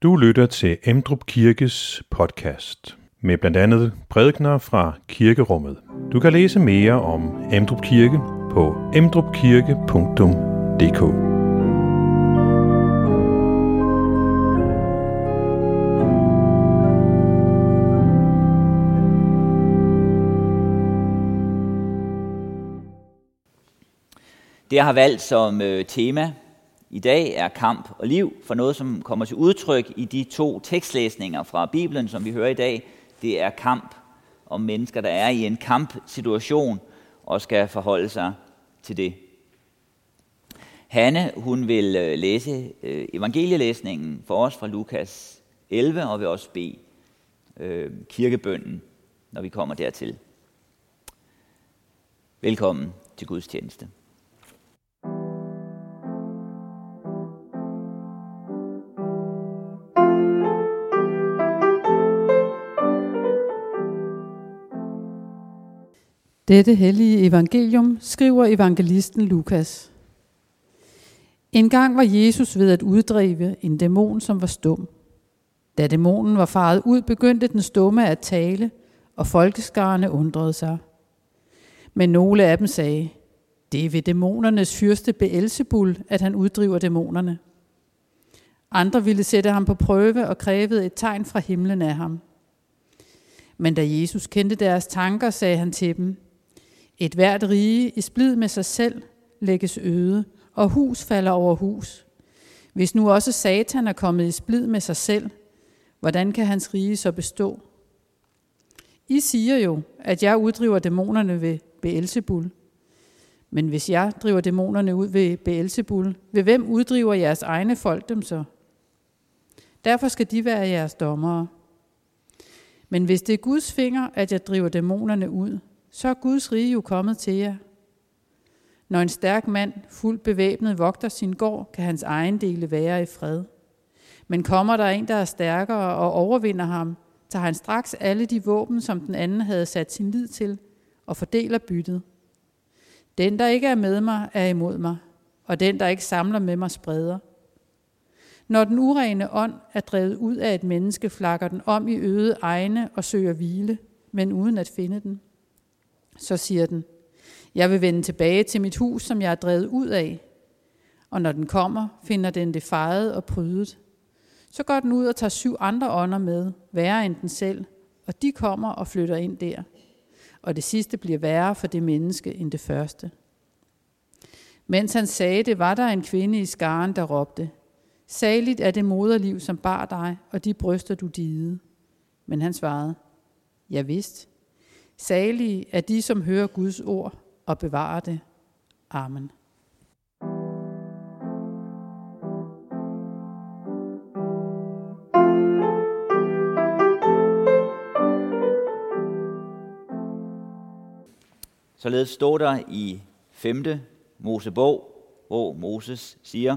Du lytter til Emdrup Kirkes podcast med blandt andet prædikener fra kirkerummet. Du kan læse mere om Emdrup Kirke på emdrupkirke.dk. Det, jeg har valgt som tema i dag, er kamp og liv, for noget, som kommer til udtryk i de to tekstlæsninger fra Bibelen, som vi hører i dag. Det er kamp om mennesker, der er i en kampsituation og skal forholde sig til det. Hanne, hun vil læse evangelielæsningen for os fra Lukas 11, og vil også bede kirkebønnen, når vi kommer dertil. Velkommen til Guds tjeneste. Dette hellige evangelium skriver evangelisten Lukas. En gang var Jesus ved at uddrive en dæmon, som var stum. Da dæmonen var faret ud, begyndte den stumme at tale, og folkeskarne undrede sig. Men nogle af dem sagde, det er ved dæmonernes fyrste Beelzebul, at han uddriver dæmonerne. Andre ville sætte ham på prøve og krævede et tegn fra himlen af ham. Men da Jesus kendte deres tanker, sagde han til dem, et hvert rige i splid med sig selv lægges øde, og hus falder over hus. Hvis nu også Satan er kommet i splid med sig selv, hvordan kan hans rige så bestå? I siger jo, at jeg uddriver dæmonerne ved Beelzebul. Men hvis jeg driver dæmonerne ud ved Beelzebul, ved hvem uddriver jeres egne folk dem så? Derfor skal de være jeres dommere. Men hvis det er Guds finger, at jeg driver dæmonerne ud, så er Guds rige jo kommet til jer. Når en stærk mand, fuldt bevæbnet, vogter sin gård, kan hans ejendele være i fred. Men kommer der en, der er stærkere og overvinder ham, tager han straks alle de våben, som den anden havde sat sin lid til, og fordeler byttet. Den, der ikke er med mig, er imod mig, og den, der ikke samler med mig, spreder. Når den urene ånd er drevet ud af et menneske, flakker den om i øde egne og søger hvile, men uden at finde den. Så siger den, jeg vil vende tilbage til mit hus, som jeg er drevet ud af. Og når den kommer, finder den det fejet og prydet. Så går den ud og tager 7 andre ånder med, værre end den selv, og de kommer og flytter ind der. Og det sidste bliver værre for det menneske end det første. Mens han sagde det, var der en kvinde i skaren, der råbte, saligt er det moderliv, som bar dig, og de bryster du dide. Men han svarede, ja vist. Salige er de, som hører Guds ord og bevarer det. Amen. Således står der i 5. Mosebog, hvor Moses siger,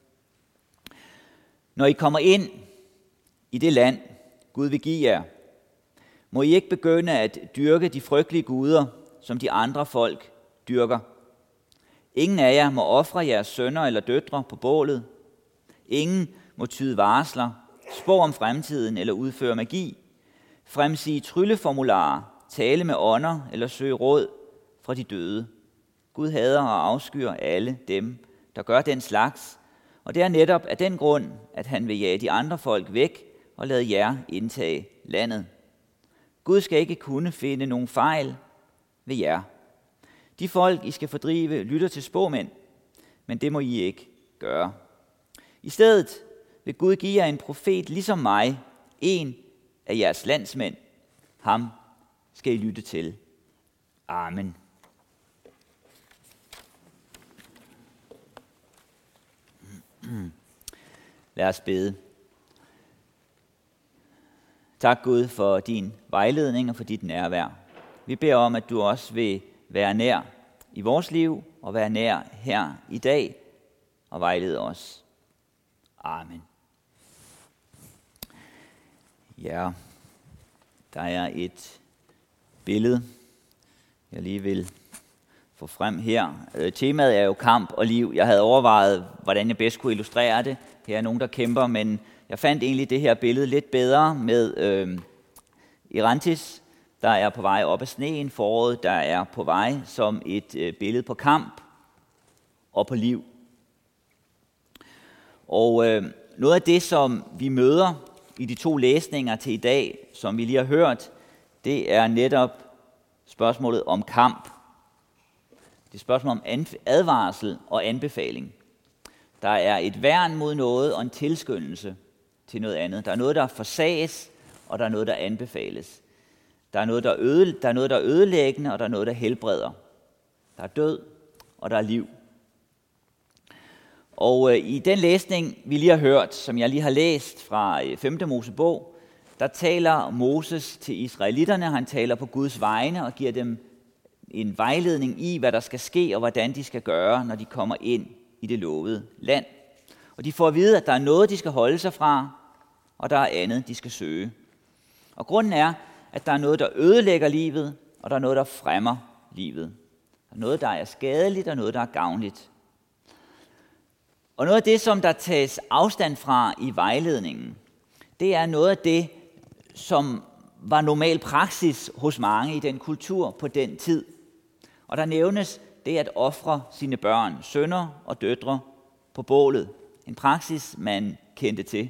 når I kommer ind i det land, Gud vil give jer, må I ikke begynde at dyrke de frygtelige guder, som de andre folk dyrker. Ingen af jer må ofre jeres sønner eller døtre på bålet. Ingen må tyde varsler, spå om fremtiden eller udføre magi, fremsige trylleformularer, tale med ånder eller søge råd fra de døde. Gud hader og afskyr alle dem, der gør den slags, og det er netop af den grund, at han vil jage de andre folk væk og lade jer indtage landet. Gud skal ikke kunne finde nogen fejl ved jer. De folk, I skal fordrive, lytter til spåmænd, men det må I ikke gøre. I stedet vil Gud give jer en profet ligesom mig, en af jeres landsmænd. Ham skal I lytte til. Amen. Lad os bede. Tak Gud for din vejledning og for dit nærvær. Vi beder om, at du også vil være nær i vores liv og være nær her i dag og vejlede os. Amen. Ja, der er et billede, jeg lige vil få frem her. Temaet er jo kamp og liv. Jeg havde overvejet, hvordan jeg bedst kunne illustrere det. Her er nogen, der kæmper, men Jeg fandt egentlig det her billede lidt bedre med Irantis, der er på vej op ad sneen, foråret, der er på vej, som et billede på kamp og på liv. Og noget af det, som vi møder i de 2 læsninger til i dag, som vi lige har hørt, det er netop spørgsmålet om kamp. Det er spørgsmål om advarsel og anbefaling. Der er et værn mod noget og en tilskyndelse til noget andet. Der er noget, der forsages, og der er noget, der anbefales. Der er noget, der er ødelæggende, og der er noget, der helbreder. Der er død, og der er liv. Og i den læsning, vi lige har hørt, som jeg lige har læst fra 5. Mosebog, der taler Moses til israelitterne. Han taler på Guds vegne og giver dem en vejledning i, hvad der skal ske og hvordan de skal gøre, når de kommer ind i det lovede land. Og de får at vide, at der er noget, de skal holde sig fra, og der er andet, de skal søge. Og grunden er, at der er noget, der ødelægger livet, og der er noget, der fremmer livet. Der er noget, der er skadeligt, og noget, der er gavnligt. Og noget af det, som der tages afstand fra i vejledningen, det er noget af det, som var normal praksis hos mange i den kultur på den tid. Og der nævnes det at ofre sine børn, sønner og døtre, på bålet. En praksis, man kendte til.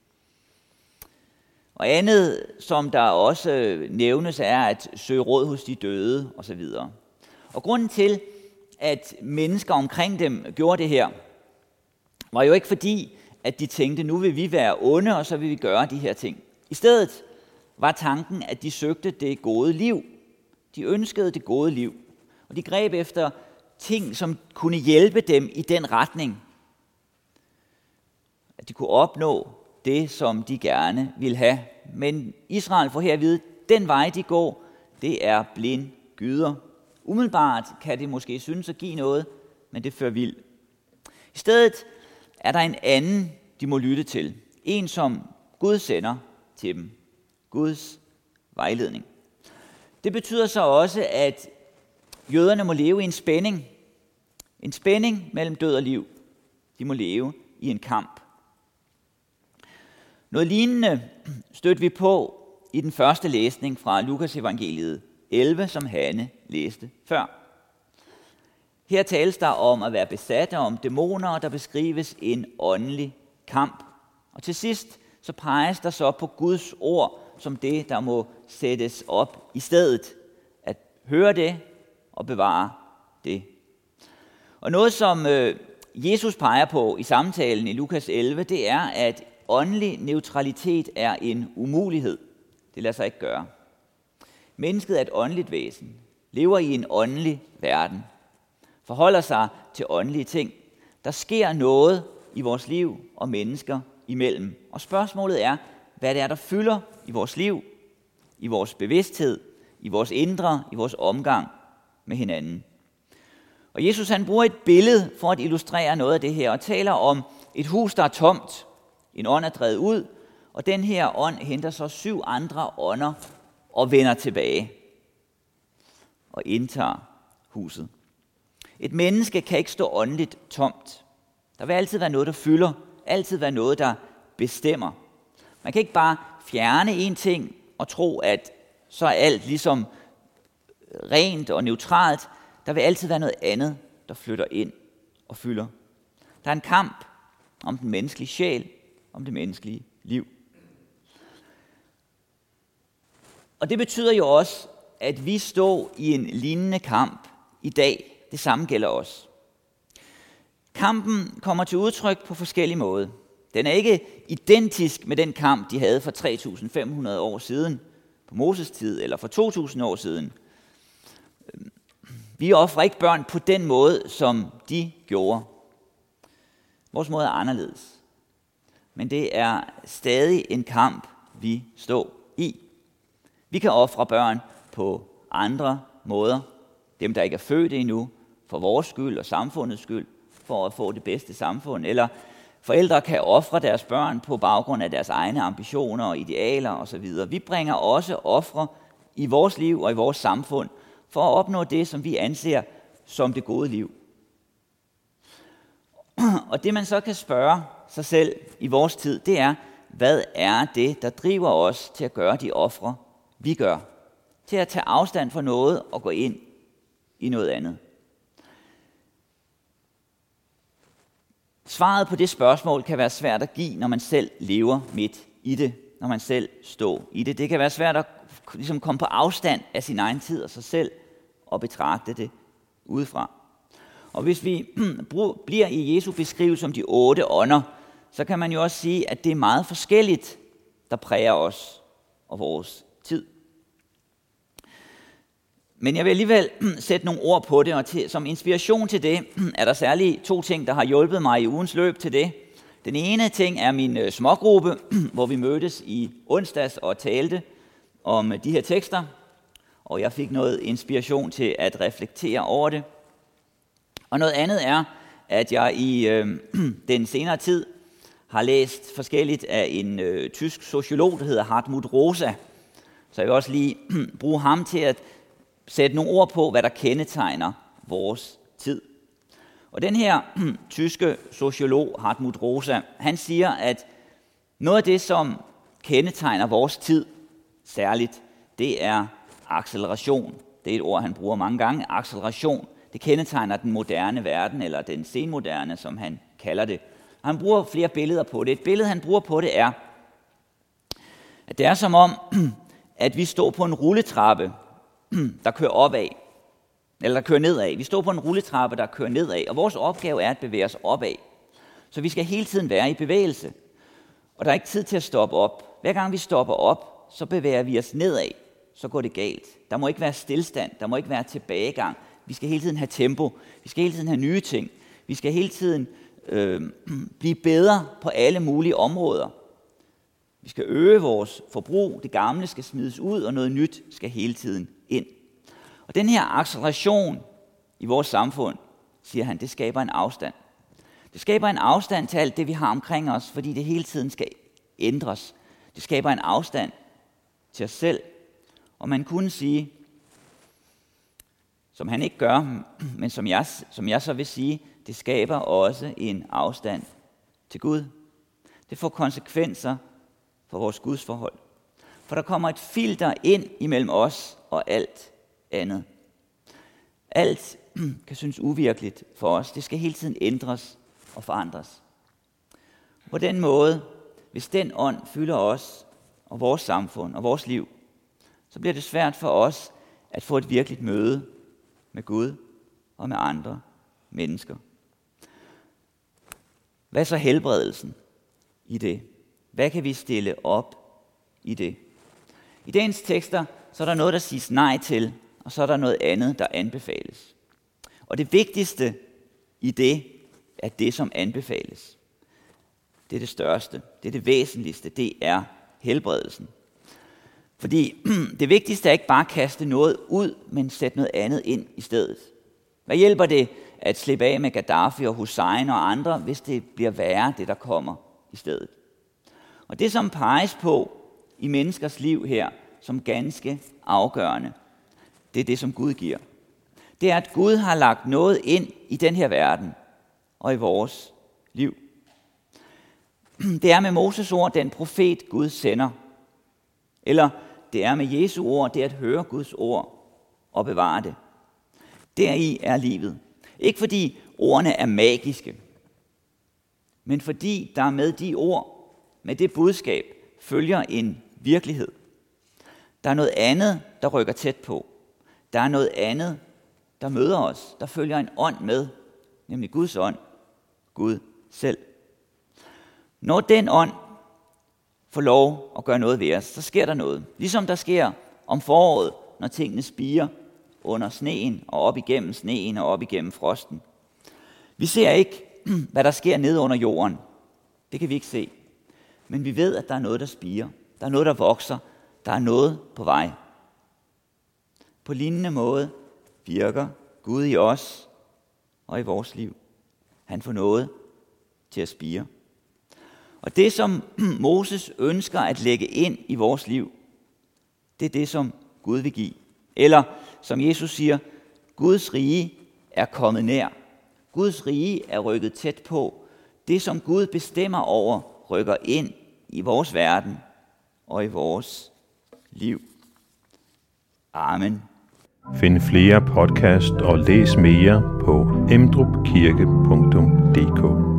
Og andet, som der også nævnes, er at søge råd hos de døde osv. Og grunden til, at mennesker omkring dem gjorde det her, var jo ikke fordi, at de tænkte, nu vil vi være onde, og så vil vi gøre de her ting. I stedet var tanken, at de søgte det gode liv. De ønskede det gode liv. Og de greb efter ting, som kunne hjælpe dem i den retning. At de kunne opnå det, som de gerne ville have. Men Israel får her at vide, at den vej, de går, det er blind gyder. Umiddelbart kan det måske synes at give noget, men det fører vild. I stedet er der en anden, de må lytte til. En, som Gud sender til dem. Guds vejledning. Det betyder så også, at jøderne må leve i en spænding. En spænding mellem død og liv. De må leve i en kamp. Noget lignende stødte vi på i den første læsning fra Lukas evangeliet 11, som Hanne læste før. Her tales der om at være besat og om dæmoner, og der beskrives en åndelig kamp. Og til sidst så peges der så på Guds ord som det, der må sættes op i stedet. At høre det og bevare det. Og noget, som Jesus peger på i samtalen i Lukas 11, det er, at åndelig neutralitet er en umulighed. Det lader sig ikke gøre. Mennesket er et åndeligt væsen, lever i en åndelig verden, forholder sig til åndelige ting. Der sker noget i vores liv og mennesker imellem. Og spørgsmålet er, hvad det er, der fylder i vores liv, i vores bevidsthed, i vores indre, i vores omgang med hinanden. Og Jesus han bruger et billede for at illustrere noget af det her, og taler om et hus, der er tomt. En ånd er drevet ud, og den her ånd henter så 7 andre ånder og vender tilbage og indtager huset. Et menneske kan ikke stå åndeligt tomt. Der vil altid være noget, der fylder, altid være noget, der bestemmer. Man kan ikke bare fjerne en ting og tro, at så er alt ligesom rent og neutralt. Der vil altid være noget andet, der flytter ind og fylder. Der er en kamp om den menneskelige sjæl, om det menneskelige liv. Og det betyder jo også, at vi står i en lignende kamp i dag. Det samme gælder os. Kampen kommer til udtryk på forskellige måder. Den er ikke identisk med den kamp, de havde for 3.500 år siden, på Moses tid, eller for 2.000 år siden. Vi offrer ikke børn på den måde, som de gjorde. Vores måde er anderledes. Men det er stadig en kamp, vi står i. Vi kan ofre børn på andre måder. Dem, der ikke er født endnu, for vores skyld og samfundets skyld, for at få det bedste samfund. Eller forældre kan ofre deres børn på baggrund af deres egne ambitioner og idealer osv. Vi bringer også ofre i vores liv og i vores samfund, for at opnå det, som vi anser som det gode liv. Og det man så kan spørge sig selv i vores tid, det er, hvad er det, der driver os til at gøre de ofre, vi gør? Til at tage afstand fra noget og gå ind i noget andet. Svaret på det spørgsmål kan være svært at give, når man selv lever midt i det, når man selv står i det. Det kan være svært at ligesom komme på afstand af sin egen tid og sig selv og betragte det udefra. Og hvis vi bliver i Jesu beskrivelse om de 8 ånder, så kan man jo også sige, at det er meget forskelligt, der præger os og vores tid. Men jeg vil alligevel sætte nogle ord på det, og som inspiration til det er der særligt 2 ting, der har hjulpet mig i ugens løb til det. Den ene ting er min smågruppe, hvor vi mødtes i onsdags og talte om de her tekster, og jeg fik noget inspiration til at reflektere over det. Og noget andet er, at jeg i den senere tid har læst forskelligt af en tysk sociolog, der hedder Hartmut Rosa. Så jeg vil også lige bruge ham til at sætte nogle ord på, hvad der kendetegner vores tid. Og den her tyske sociolog, Hartmut Rosa, han siger, at noget af det, som kendetegner vores tid særligt, det er acceleration. Det er et ord, han bruger mange gange. Acceleration. Det kendetegner den moderne verden, eller den senmoderne, som han kalder det. Og han bruger flere billeder på det. Et billede, han bruger på det, er, at det er som om, at vi står på en rulletrappe, der kører opad, eller der kører nedad. Vi står på en rulletrappe, der kører nedad, og vores opgave er at bevæge os opad. Så vi skal hele tiden være i bevægelse, og der er ikke tid til at stoppe op. Hver gang vi stopper op, så bevæger vi os nedad, så går det galt. Der må ikke være stillstand, der må ikke være tilbagegang. Vi skal hele tiden have tempo, vi skal hele tiden have nye ting. Vi skal hele tiden blive bedre på alle mulige områder. Vi skal øge vores forbrug, det gamle skal smides ud, og noget nyt skal hele tiden ind. Og den her acceleration i vores samfund, siger han, det skaber en afstand. Det skaber en afstand til alt det, vi har omkring os, fordi det hele tiden skal ændres. Det skaber en afstand til os selv. Og man kunne sige, som han ikke gør, men som jeg så vil sige, det skaber også en afstand til Gud. Det får konsekvenser for vores gudsforhold. For der kommer et filter ind imellem os og alt andet. Alt kan synes uvirkeligt for os. Det skal hele tiden ændres og forandres. På den måde, hvis den ånd fylder os og vores samfund og vores liv, så bliver det svært for os at få et virkeligt møde med Gud og med andre mennesker. Hvad er så helbredelsen i det? Hvad kan vi stille op i det? I dagens tekster, så er der noget, der siges nej til, og så er der noget andet, der anbefales. Og det vigtigste i det, er det, som anbefales. Det er det største, det er det væsentligste, det er helbredelsen. Fordi det vigtigste er ikke bare at kaste noget ud, men sætte noget andet ind i stedet. Hvad hjælper det at slippe af med Gaddafi og Hussein og andre, hvis det bliver værre, det der kommer i stedet? Og det, som peges på i menneskers liv her, som ganske afgørende, det er det, som Gud giver. Det er, at Gud har lagt noget ind i den her verden og i vores liv. Det er med Moses ord, den profet Gud sender. Eller det er med Jesu ord, det er at høre Guds ord og bevare det. Deri er livet. Ikke fordi ordene er magiske, men fordi der med de ord, med det budskab, følger en virkelighed. Der er noget andet, der rykker tæt på. Der er noget andet, der møder os. Der følger en ånd med, nemlig Guds ånd, Gud selv. Når den ånd får lov at gøre noget ved os, så sker der noget. Ligesom der sker om foråret, når tingene spirer under sneen og op igennem sneen og op igennem frosten. Vi ser ikke, hvad der sker nede under jorden. Det kan vi ikke se. Men vi ved, at der er noget, der spirer. Der er noget, der vokser. Der er noget på vej. På lignende måde virker Gud i os og i vores liv. Han får noget til at spire. Og det, som Moses ønsker at lægge ind i vores liv, det er det, som Gud vil give. Eller som Jesus siger, Guds rige er kommet nær. Guds rige er rykket tæt på. Det, som Gud bestemmer over, rykker ind i vores verden og i vores liv. Amen. Find flere podcast og læs mere på emdrupkirke.dk.